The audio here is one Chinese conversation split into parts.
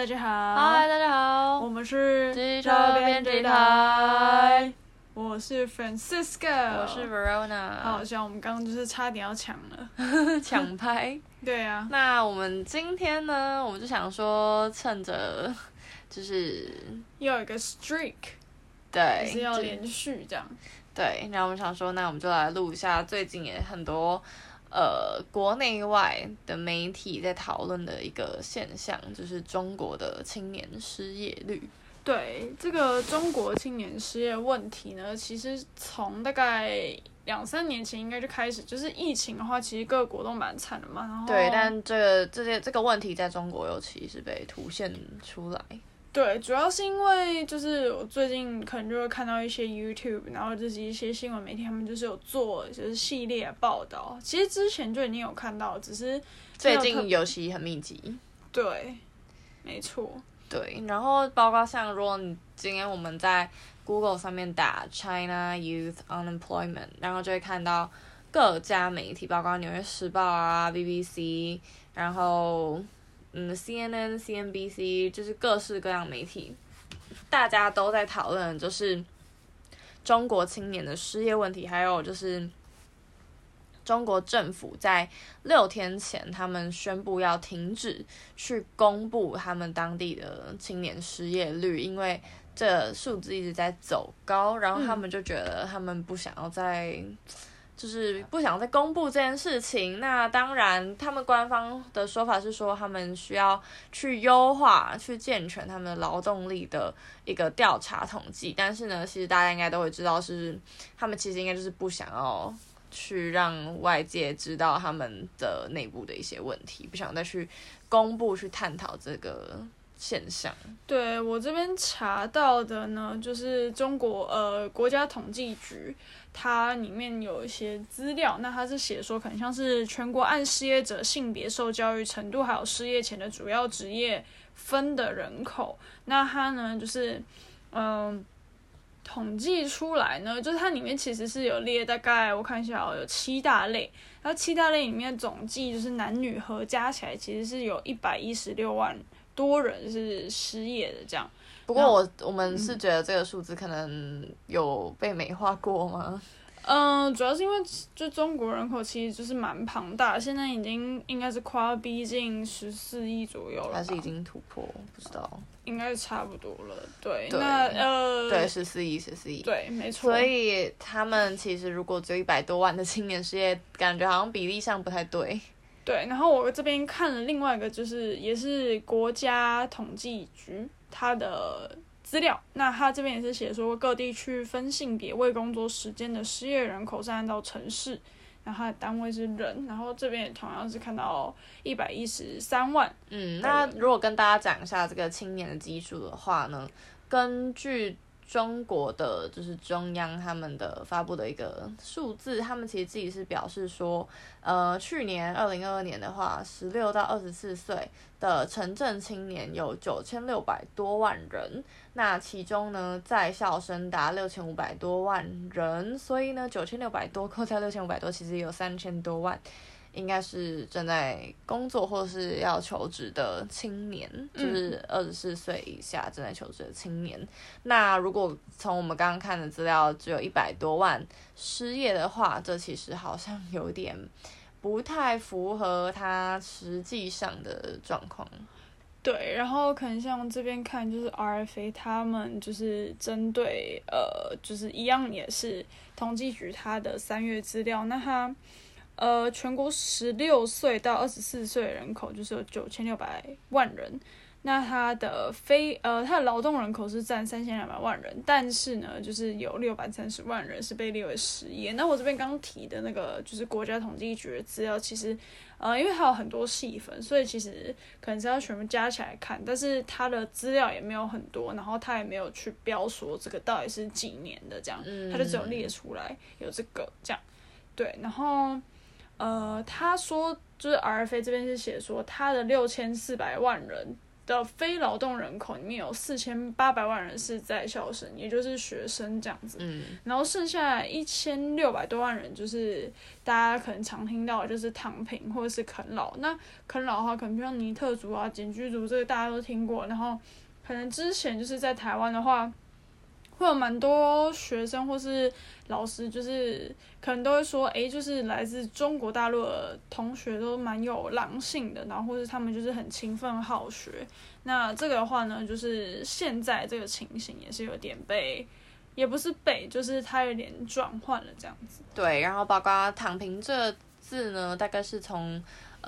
家好， 嗨，大家好， 我们是机车编辑台， 我是 Francisco， 我是 Verona， 好像我们刚刚就是差点要抢了， 抢拍。 对啊， 那我们今天呢，我们就想说，趁着就是要有一个 streak， 对， 就是要连续这样。 对，然后我们想说，那我们就来录一下最近也很多国内外的媒体在讨论的一个现象，就是中国的青年失业率。 对，这个中国青年失业问题呢，其实从大概2-3年前应该就开始，就是疫情的话，其实各国都蛮惨的嘛。然后对，但这个问题在中国尤其是被凸显出来。 对，主要是因为就是我最近可能就会看到一些 YouTube， 然后就是一些新闻媒体，他们就是有做就是系列报道。其实之前就已经有看到，只是最近尤其很密集。 对，没错。 对，然后包括像如果你今天我们在 Google 上面打 China Youth Unemployment， 然后就会看到各家媒体，包括《纽约时报》啊、BBC， 然后CNN、CNBC， 就是各式各样媒体，大家都在讨论就是中国青年的失业问题，还有就是中国政府在6天前，他们宣布要停止去公布他们当地的青年失业率，因为这数字一直在走高，然后他们就觉得他们不想要再公布这件事情。那当然，他们官方的说法是说，他们需要去优化、去健全他们的劳动力的一个调查统计。但是呢，其实大家应该都会知道是，他们其实应该就是不想要去让外界知道他们的内部的一些问题，不想再去公布、去探讨这个现象。 对，我这边查到的呢，就是中国国家统计局，它里面有一些资料，那它是写说可能像是全国按失业者性别、受教育程度还有失业前的主要职业分的人口，那它呢就是统计出来呢，就是它里面其实是有列大概我看一下有7大类，然后7大类里面总计就是男女合加起来其实是有116万多人是失业的这样。 不过我们是觉得这个数字可能有被美化过吗？ 主要是因为就中国人口其实就是蛮庞大的，现在已经应该是快要逼近14亿左右了吧， 还是已经突破？不知道， 应该是差不多了。对， 对那对14亿， 对，没错。 所以他们其实如果只有100多万的青年失业，感觉好像比例上不太对。 对，然后我这边看了另外一个，就是也是国家统计局它的资料，那它这边也是写说各地区分性别未工作时间的失业人口是按照城市，然后它的单位是人，然后这边也同样是看到113万。 那如果跟大家讲一下这个青年的基数的话呢，根据中国的就是中央他们的发布的一个数字，他们其实自己是表示说，去年2022年的话，16到24岁的城镇青年有9600多万人，那其中呢在校生达6500多万人，所以呢9600多扣掉6500多，其实有3000多万。应该是正在工作或是要求职的青年，就是24岁以下正在求职的青年。那如果从我们刚刚看的资料只有100多万失业的话，这其实好像有点不太符合它实际上的状况。 对，然后可能像这边看就是 RFA 他们就是针对就是一样也是统计局它的3月资料，那它全国16岁到24岁的人口就是有9600万人，那它的劳动人口是占3200万人，但是呢，就是有630万人是被列为失业。那我这边刚提的那个就是国家统计局的资料，其实因为它有很多细分，所以其实可能是要全部加起来看，但是它的资料也没有很多，然后它也没有去标说这个到底是几年的这样，它就只有列出来有这个这样。对，然后他说就是 RFA 这边是写说他的6400万人的非劳动人口里面有4800万人是在校生，也就是学生这样子。然后剩下1600多万人就是大家可能常听到的就是躺平或者是啃老。那啃老的话，可能像尼特族啊、简居族这个大家都听过。然后可能之前就是在台湾的话，会有蛮多学生或是老师，就是可能都会说，就是来自中国大陆的同学都蛮有狼性的，然后或是他们就是很勤奋好学。那这个的话呢，就是现在这个情形也是有点也不是就是它有点转换了这样子。 对，然后包括躺平这个字呢，大概是从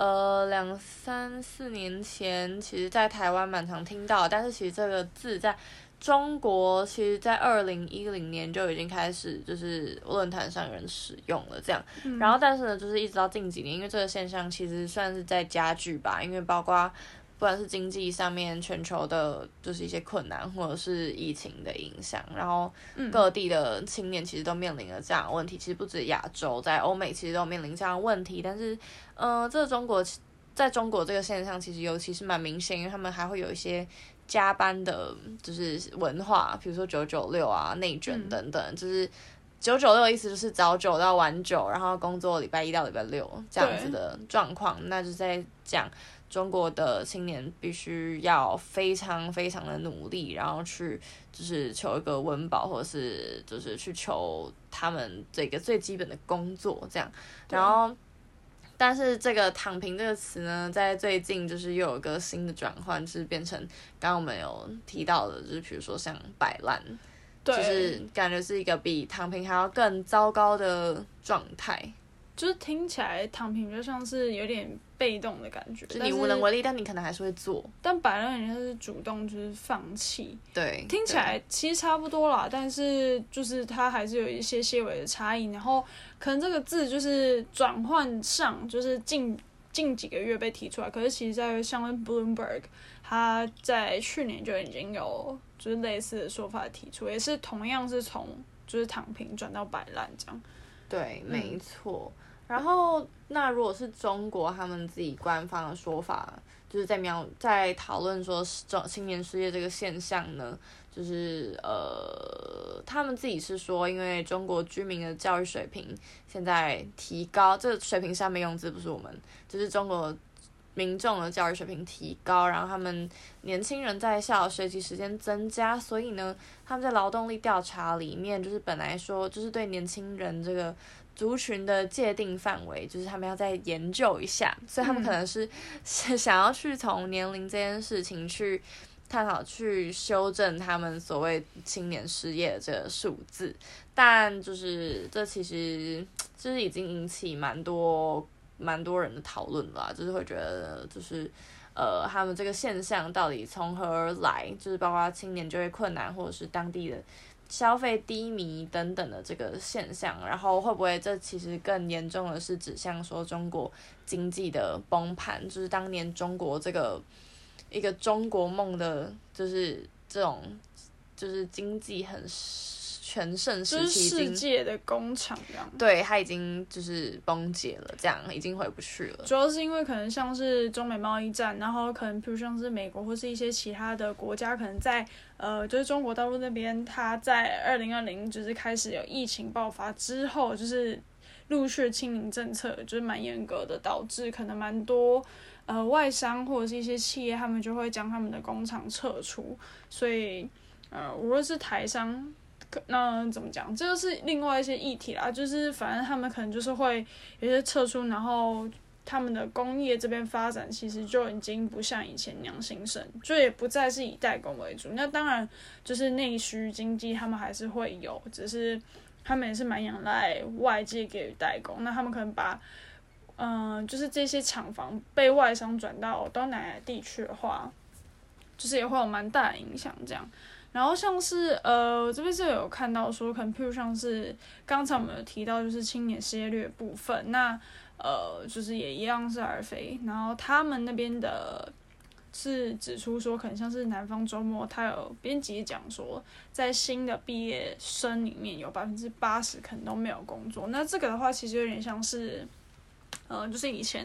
2、3、4年前，其实在台湾蛮常听到，但是其实这个字在中国其实在2010年就已经开始就是论坛上有人使用了这样，然后但是呢就是一直到近几年，因为这个现象其实算是在加剧吧，因为包括不管是经济上面全球的就是一些困难，或者是疫情的影响，然后各地的青年其实都面临了这样的问题，其实不止亚洲，在欧美其实都面临这样的问题，但是这在中国这个现象其实尤其是蛮明显，因为他们还会有一些加班的就是文化，比如说996啊、内卷等等，就是996的意思就是早9到晚9，然后工作礼拜1到礼拜6这样子的状况，那就在讲中国的青年必须要非常非常的努力，然后去就是求一个温饱，或者是就是去求他们这个最基本的工作这样，然后。但是这个躺平这个词呢，在最近就是又有一个新的转换，就是变成刚刚我们有提到的，就是比如说像摆烂，就是感觉是一个比躺平还要更糟糕的状态。 就是听起来躺平就像是有点被动的感觉， 就你无能为力，但你可能还是会做。 但摆烂人家是主动，就是放弃。 对， 听起来其实差不多啦，但是就是它还是有一些些微的差异。然后可能这个字就是转换上，就是近几个月被提出来，可是其实在像 Bloomberg， 他在去年就已经有就是类似的说法提出，也是同样是从就是躺平转到摆烂这样。 对，没错。然后，那如果是中国他们自己官方的说法，就是在讨论说青年失业这个现象呢，就是他们自己是说，因为中国居民的教育水平现在提高，这个水平上面用字不是我们，就是中国民众的教育水平提高，然后他们年轻人在校学习时间增加，所以呢，他们在劳动力调查里面，就是本来说就是对年轻人这个族群的界定范围，就是他们要再研究一下，所以他们可能是想要去从年龄这件事情去探讨、去修正他们所谓青年失业的这个数字，但就是这其实就是已经引起蛮多人的讨论啦，就是会觉得就是他们这个现象到底从何而来，就是包括青年就业困难，或者是当地的消费低迷等等的这个现象，然后会不会这其实更严重的是指向说中国经济的崩盘，就是当年中国这个一个中国梦的，就是这种就是经济很全盛时期， 就是世界的工厂这样。 对，它已经就是崩解了，这样已经回不去了。 主要是因为可能像是中美贸易战，然后可能比如像是美国或是一些其他的国家，可能在就是中国大陆那边，它在2020就是开始有疫情爆发之后，就是陆续清零政策就是蛮严格的，导致可能蛮多外商或者是一些企业，他们就会将他们的工厂撤出，所以无论是台商。那怎么讲？这就是另外一些议题啦，就是反正他们可能就是会有些撤出，然后他们的工业这边发展其实就已经不像以前那样兴盛，就也不再是以代工为主。那当然就是内需经济他们还是会有，只是他们也是蛮仰赖外界给予代工。那他们可能把就是这些厂房被外商转到东南亚地区的话，就是也会有蛮大的影响这样。然后像是这边是有看到说，可能譬如像是刚才我们有提到就是青年失业率的部分，那就是也一样是RFA，然后他们那边的是指出说，可能像是南方周末，他有编辑讲说，在新的毕业生里面有80%可能都没有工作，那这个的话其实有点像是就是以前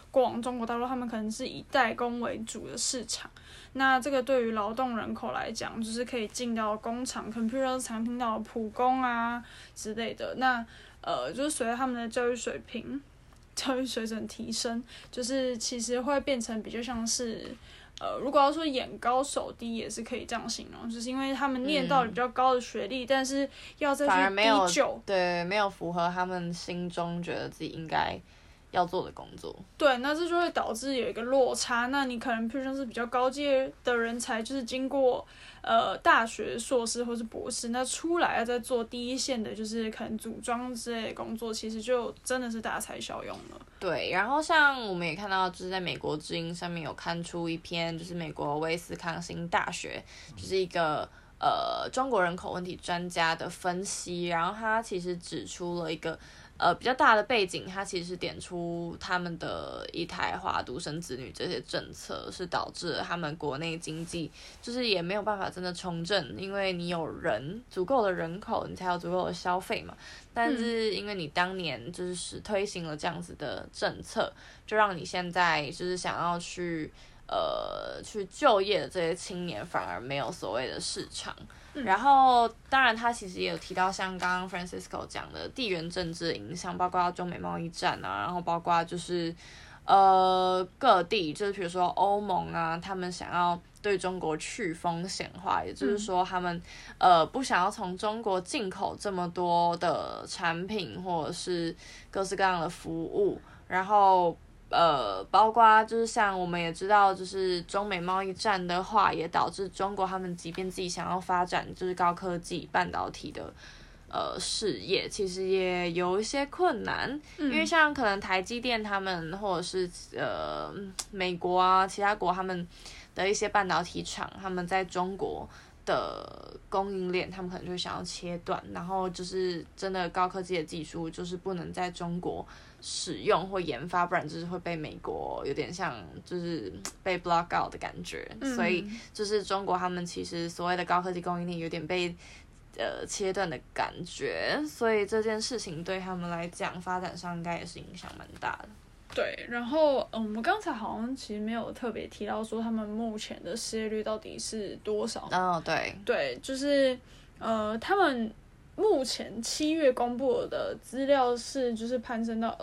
过往中国大陆他们可能是以代工为主的市场。那这个对于劳动人口来讲，就是可以进到工厂，可能譬如说常听到的普工啊之类的。那就是随着他们的教育水平、教育水准提升，就是其实会变成比较像是。如果要说眼高手低，也是可以这样形容，就是因为他们念到了比较高的学历，但是要再去低就， 对，没有符合他们心中觉得自己应该要做的工作。 对，那这就会导致有一个落差。那你可能譬如像是比较高阶的人才，就是经过大学硕士或是博士，那出来要再做第一线的，就是可能组装之类的工作，其实就真的是大材小用了。 对，然后像我们也看到，就是在美国之音上面有看出一篇，就是美国威斯康星大学，就是一个中国人口问题专家的分析，然后他其实指出了一个比较大的背景，他其实是点出他们的一胎化、独生子女这些政策是导致了他们国内经济就是也没有办法真的重振，因为你有足够的人口，你才有足够的消费嘛。但是因为你当年就是推行了这样子的政策，就让你现在就是想要去就业的这些青年反而没有所谓的市场。然后当然他其实也有提到像刚刚 Francisco 讲的地缘政治的影响，包括中美贸易战啊，然后包括就是各地就是比如说欧盟啊，他们想要对中国去风险化，也就是说他们不想要从中国进口这么多的产品或者是各式各样的服务，然后包括就是像我们也知道，就是中美贸易战的话，也导致中国他们即便自己想要发展就是高科技半导体的事业，其实也有一些困难，因为像可能台积电他们或者是美国啊其他国他们的一些半导体厂，他们在中国的供应链，他们可能就会想要切断，然后就是真的高科技的技术就是不能在中国使用或研发，不然就是会被美国有点像就是被 block out 的感觉，所以就是中国他们其实所谓的高科技供应链有点被切断的感觉，所以这件事情对他们来讲发展上应该也是影响蛮大的。 对，然后我们刚才好像其实没有特别提到说他们目前的失业率到底是多少。 对， 对，就是他们目前7月公布的资料是就是攀升到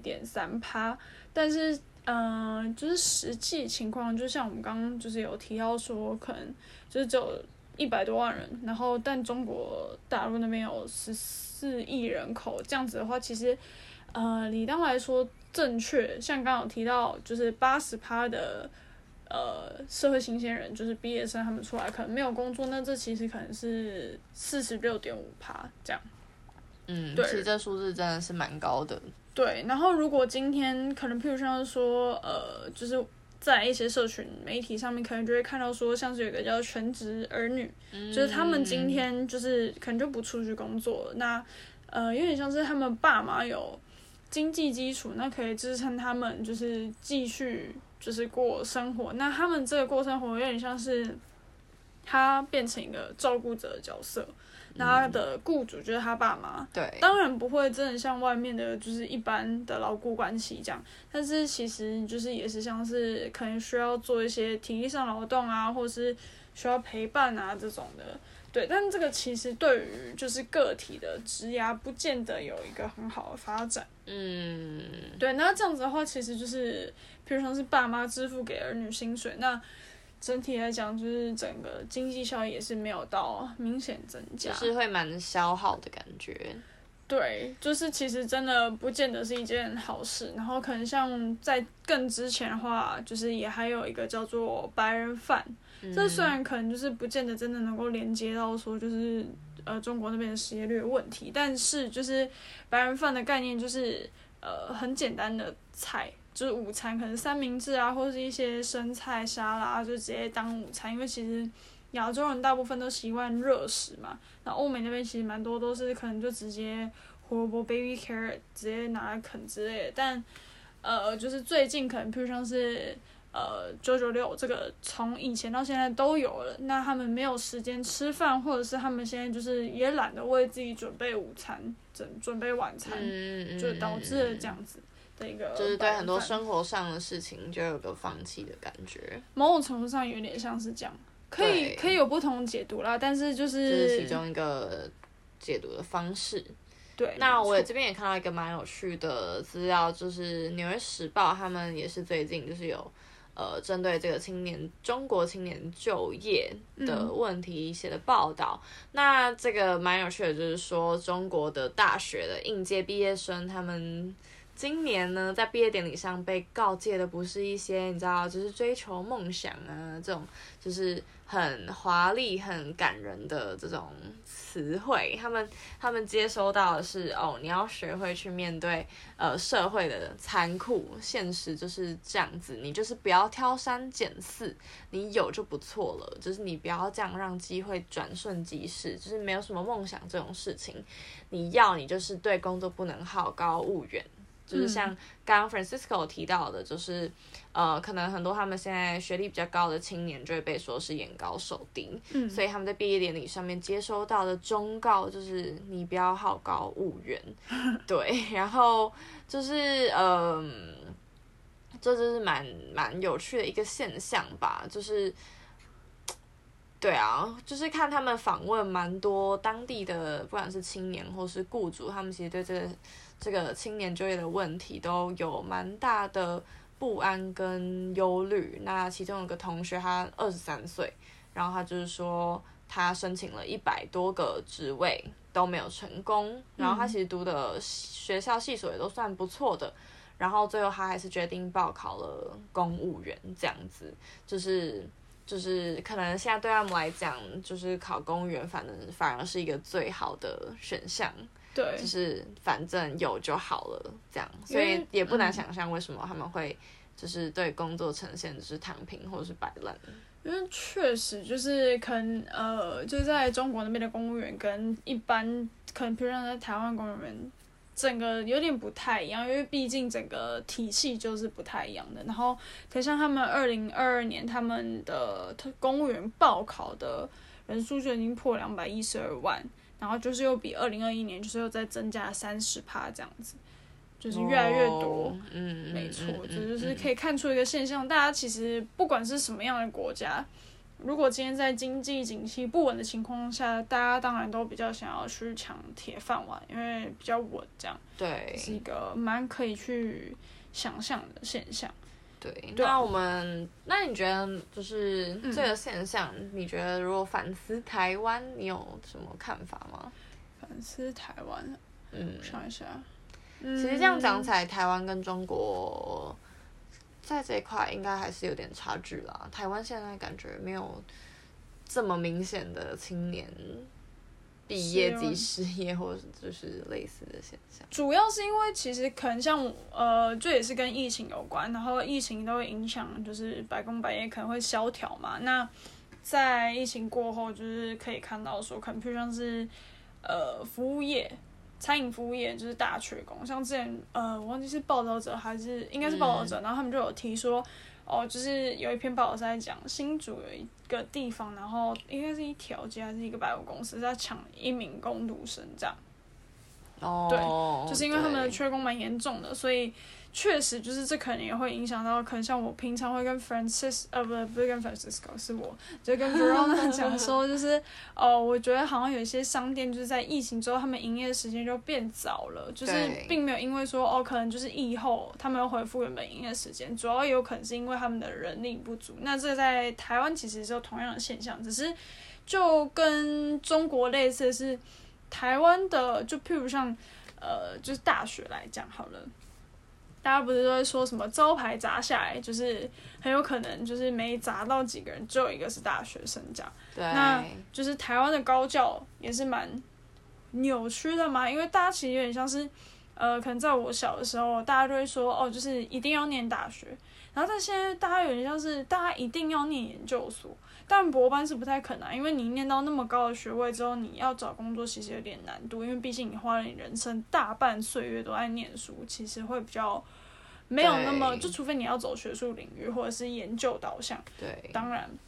21.3%，但是就是实际情况，就像我们刚刚就是有提到说，可能就是只有100多万人，然后但中国大陆那边有14亿人口，这样子的话，其实理当来说正确，像刚刚有提到，就是80%的社会新鲜人，就是毕业生，他们出来可能没有工作，那这其实可能是46.5%这样。 对，其实这数字真的是蛮高的。 对，然后如果今天可能譬如像是说就是在一些社群媒体上面，可能就会看到说，像是有一个叫全职儿女，就是他们今天就是可能就不出去工作了，那有点像是他们爸妈有经济基础，那可以支撑他们就是继续就是过生活，那他们这个过生活有点像是他变成一个照顾者的角色，那他的雇主就是他爸妈， 对， 当然不会真的像外面的就是一般的劳雇关系这样，但是其实就是也是像是可能需要做一些体力上劳动啊，或是需要陪伴啊这种的。对，但这个其实对于就是个体的职涯不见得有一个很好的发展。对，那这样子的话，其实就是譬如像是爸妈支付给儿女薪水，那整体来讲就是整个经济效益也是没有到明显增加， 就是会蛮消耗的感觉。 对，就是其实真的不见得是一件好事。然后可能像在更之前的话，就是也还有一个叫做白人饭，这虽然可能就是不见得真的能够连接到说就是中国那边的失业率的问题，但是就是白人饭的概念就是很简单的菜，就是午餐可能三明治啊，或是一些生菜沙拉就直接当午餐，因为其实亚洲人大部分都习惯热食嘛，那欧美那边其实蛮多都是可能就直接胡萝卜 baby carrot 直接拿来啃之类的，但就是最近可能譬如像是996这个从以前到现在都有了，那他们没有时间吃饭，或者是他们现在就是也懒得为自己准备午餐、准备晚餐，就导致了这样子。 的一个， 就是对很多生活上的事情就有个放弃的感觉。 某种程度上有点像是这样，可以有不同解读啦，但是这是其中一个解读的方式。 对， 那我这边也看到一个蛮有趣的资料，就是《纽约时报》他们也是最近就是有针对这个中国青年就业的问题写的报道。那这个蛮有趣的，就是说中国的大学的应届毕业生，他们今年呢在毕业典礼上被告诫的不是一些你知道，就是追求梦想啊这种，就是很华丽、很感人的这种词汇，他们接收到的是你要学会去面对社会的残酷现实，就是这样子，你就是不要挑三拣四，你有就不错了，就是你不要这样让机会转瞬即逝，就是没有什么梦想这种事情，你就是对工作不能好高骛远。就是像刚刚 Francisco 提到的，就是可能很多他们现在学历比较高的青年就会被说是眼高手低，所以他们在毕业典礼上面接收到的忠告就是你不要好高骛远，对，然后就是这就是蛮有趣的一个现象吧，就是对啊，就是看他们访问蛮多当地的，不管是青年或是雇主，他们其实对这个青年就业的问题都有蛮大的不安跟忧虑。那其中有个同学他23岁，然后他就是说他申请了100多个职位都没有成功，然后他其实读的学校系所也都算不错的，然后最后他还是决定报考了公务员这样子，就是可能现在对他们来讲，就是考公务员反而是一个最好的选项。 对， 就是反正有就好了，这样，所以也不难想象为什么他们会就是对工作呈现就是躺平或者是摆烂。 因为确实就是可能就在中国那边的公务员跟一般可能比如说在台湾公务员整个有点不太一样，因为毕竟整个体系就是不太一样的。然后可像他们2022年他们的公务员报考的人数就已经破212万。然后就是又比2021年就是又再增加30%这样子，就是越来越多。没错，这就是可以看出一个现象，大家其实不管是什么样的国家，如果今天在经济景气不稳的情况下，大家当然都比较想要去抢铁饭碗，因为比较稳，这样。 对， 是一个蛮可以去想象的现象。 对，那你觉得就是这个现象，你觉得如果反思台湾，你有什么看法吗？ 反思台湾，我想一下， 其实这样讲起来，台湾跟中国在这一块应该还是有点差距啦。台湾现在感觉没有这么明显的青年毕业即失业，或者就是类似的现象。 主要是因为其实可能像这也是跟疫情有关，然后疫情都会影响，就是百工百业可能会萧条嘛。那在疫情过后，就是可以看到说，可能譬如像是服务业、餐饮服务业就是大缺工。像之前我忘记是报道者还是应该是报道者，然后他们就有提说。就是有一篇报道是在讲新竹有一个地方，然后应该是一条街还是一个百货公司在抢1名工读生这样。对，就是因为他们的缺工蛮严重的，所以确实就是这可能也会影响到，可能像我平常会跟不是跟 Francisco， 是我就跟 Verona 讲说，就是我觉得好像有一些商店就是在疫情之后，他们营业时间就变早了，就是并没有因为说可能就是疫后他们又恢复原本营业时间，主要也有可能是因为他们的人力不足。那这在台湾其实是有同样的现象，只是就跟中国类似的是。台湾的就譬如像就是大学来讲好了，大家不是都会说什么招牌砸下来，就是很有可能就是没砸到几个人，只有一个是大学生这样。 对， 那就是台湾的高教也是蛮扭曲的嘛，因为大家其实有点像是可能在我小的时候，大家就会说就是一定要念大学，然后但现在大家有点像是大家一定要念研究所。但博班是不太可能，因为你念到那么高的学位之后，你要找工作其实有点难度，因为毕竟你花了你人生大半岁月都在念书，其实会比较没有那么，就除非你要走学术领域或者是研究导向。 对， 当然，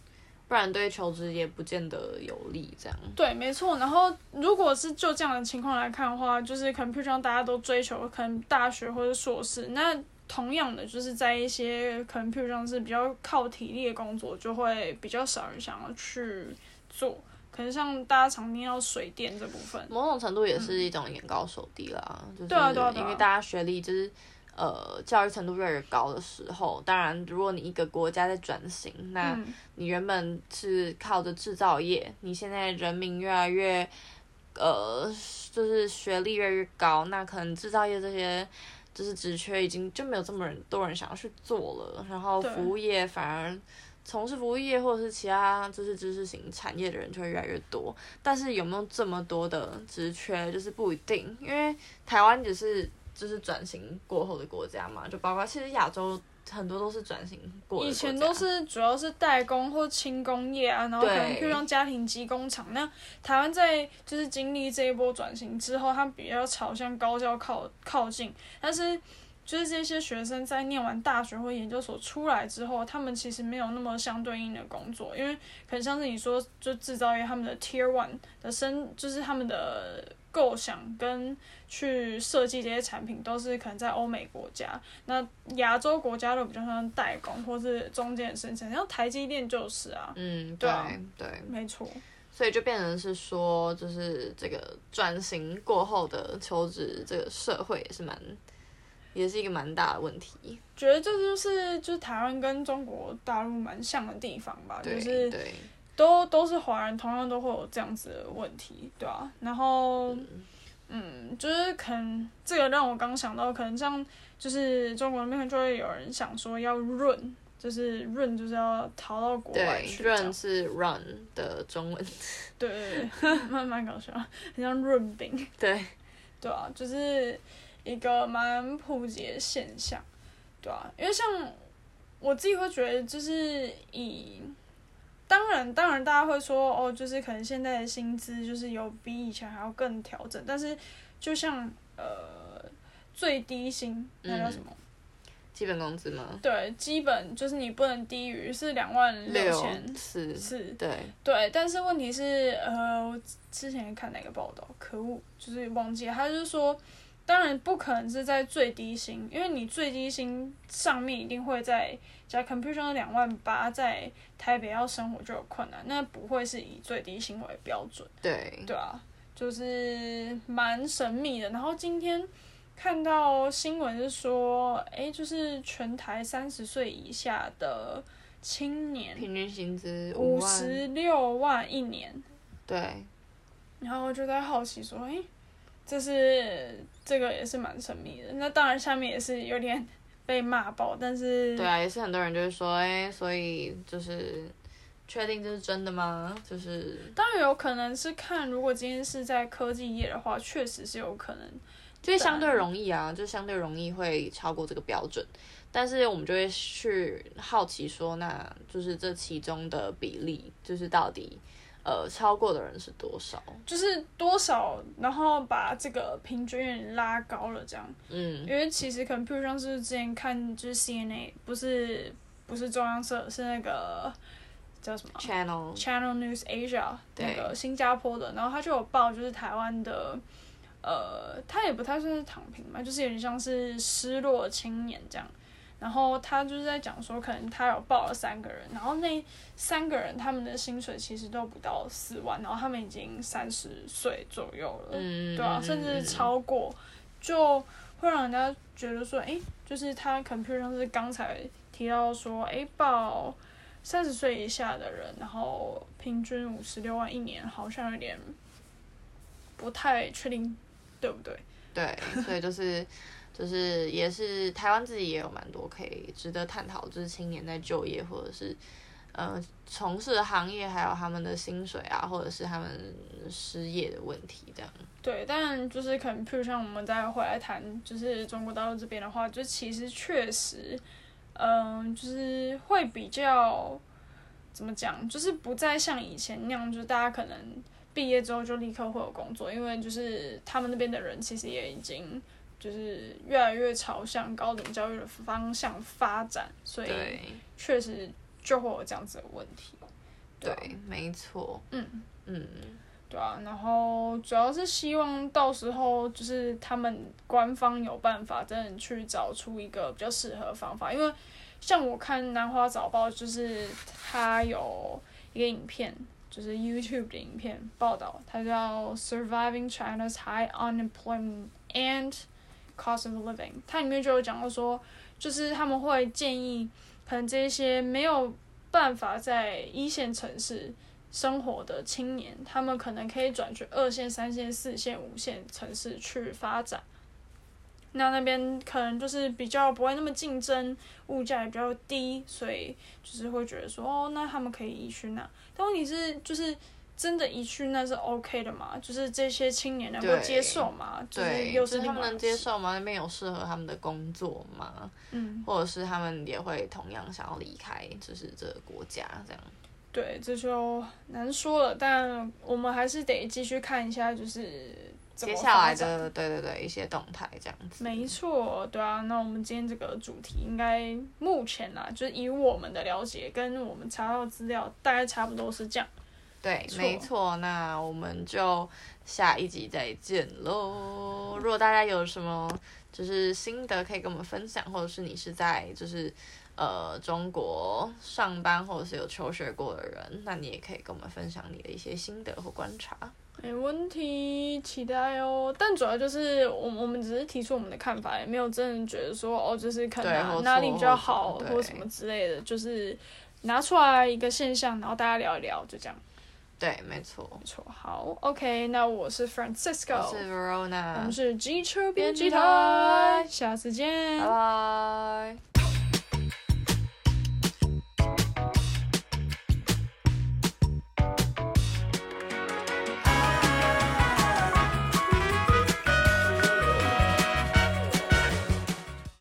不然对求职也不见得有利。这样对，没错。然后如果是就这样的情况来看的话，就是可能譬如像大家都追求可能大学或者硕士，那同样的就是在一些可能譬如像是比较靠体力的工作，就会比较少人想要去做。可能像大家常听到水电这部分， 某种程度也是一种眼高手低啦，就是因为大家学历就是教育程度越来越高的时候，当然如果你一个国家在转型，那你原本是靠着制造业，你现在人民越来越就是学历越来越高，那可能制造业这些就是职缺已经就没有这么多人想要去做了，然后服务业反而从事服务业或者是其他就是知识型产业的人就会越来越多，但是有没有这么多的职缺就是不一定，因为台湾只是就是转型过后的国家嘛，就包括其实亚洲很多都是转型过的国家， 以前都是主要是代工或轻工业啊，然后可能譬如像家庭机工厂。那台湾在就是经历这一波转型之后，它比较朝向高教靠近，但是就是这些学生在念完大学或研究所出来之后，他们其实没有那么相对应的工作，因为可能像是你说就制造业他们的 Tier 1的就是他们的构想跟去设计这些产品都是可能在欧美国家，那亚洲国家都比较像代工或是中间的生产，像台积电就是啊， 对啊， 对， 没错。 所以就变成是说，就是这个转型过后的求职这个社会也是一个蛮大的问题。 觉得这就是台湾跟中国大陆蛮像的地方吧，就是都是华人，同样都会有这样子的问题，对啊。然后就是可能这个让我刚想到，可能像就是中国那边就会有人想说要润，就是润就是要逃到国外去。 对，润是 run 的中文。 对，蛮搞笑，很像润饼。 对， 对啊，就是一个蛮普及的现象，对啊，因为像我自己会觉得，就是当然，大家会说哦，就是可能现在的薪资就是有比以前还要更调整，但是就像最低薪那叫什么？ 基本工资吗？ 对，基本就是你不能低于是26,400。对，但是问题是我之前看哪个报道，可恶，就是忘记了，他就是说。当然不可能是在最低薪，因为你最低薪上面一定会在假 computer 28,000，在台北要生活就有困难，那不会是以最低薪为标准。对啊，就是蛮神秘的。然后今天看到新闻是说，就是全台30岁以下的青年平均薪资 56万一年。 对。 然后我就在好奇说，这个也是蛮神秘的，那当然下面也是有点被骂爆，但是对啊，也是很多人就会说，所以就是确定这是真的吗？就是当然有可能是看，如果今天是在科技业的话，确实是有可能， 就是相对容易啊，就相对容易会超过这个标准，但是我们就会去好奇说，那就是这其中的比例，就是到底。超过的人是多少？ 就是多少，然后把这个平均拉高了，这样。因为其实可能，譬如像是之前看，就是 CNA，不是中央社，是那个叫什么 Channel News Asia 那个新加坡的，然后他就有报，就是台湾的，他也不太算是躺平嘛，就是有点像是失落青年这样。然后他就是在讲说，可能他有报了3个人，然后那3个人他们的薪水其实都不到4万，然后他们已经30岁左右了，对啊，甚至超过，就会让人家觉得说，就是他可能譬如像是刚才提到说，报30岁以下的人，然后平均56万一年，好像有点不太确定，对不对？ 对，所以就是也是台湾自己也有蛮多可以值得探讨，就是青年在就业或者是从事的行业，还有他们的薪水啊，或者是他们失业的问题这样。 对，但就是可能譬如像我们再回来谈，就是中国大陆这边的话，就其实确实，就是会比较怎么讲，就是不再像以前那样，就是大家可能毕业之后就立刻会有工作，因为就是他们那边的人其实也已经。就是越来越朝向高等教育的方向发展，所以确实就会有这样子的问题。 对，没错。 对啊，然后主要是希望到时候就是他们官方有办法真的去找出一个比较适合的方法，因为像我看南华早报，就是它有一个影片，就是 YouTube 的影片报道，它叫 Surviving China's High Unemployment and Cost of Living， 它里面就有讲到说，就是他们会建议可能这些没有办法在一线城市生活的青年，他们可能可以转去2线、3线、4线、5线城市去发展。那边可能就是比较不会那么竞争，物价也比较低，所以就是会觉得说，那他们可以移去那。但问题是，就是真的移去那是 OK 的嘛？就是这些青年能够接受嘛？ 对， 就是他们能接受吗？那边有适合他们的工作吗？或者是他们也会同样想要离开，就是这个国家这样。 对，这就难说了，但我们还是得继续看一下，就是接下来的对一些动态这样子。 没错，对啊，那我们今天这个主题应该目前啦，就是以我们的了解跟我们查到的资料，大概差不多是这样。 对，没错，那我们就下一集再见喽。如果大家有什么就是心得可以跟我们分享，或者是你是在就是中国上班或者是有求学过的人，那你也可以跟我们分享你的一些心得或观察。 没问题，期待哦。但主要就是我们只是提出我们的看法，也没有真的觉得说就是可能哪里比较好或什么之类的，就是拿出来一个现象，然后大家聊一聊，就这样。 对，没错。 好 ，OK， 那我是 Francisco， 我是 Verona， 我们是机车编辑台，下次见， 拜拜。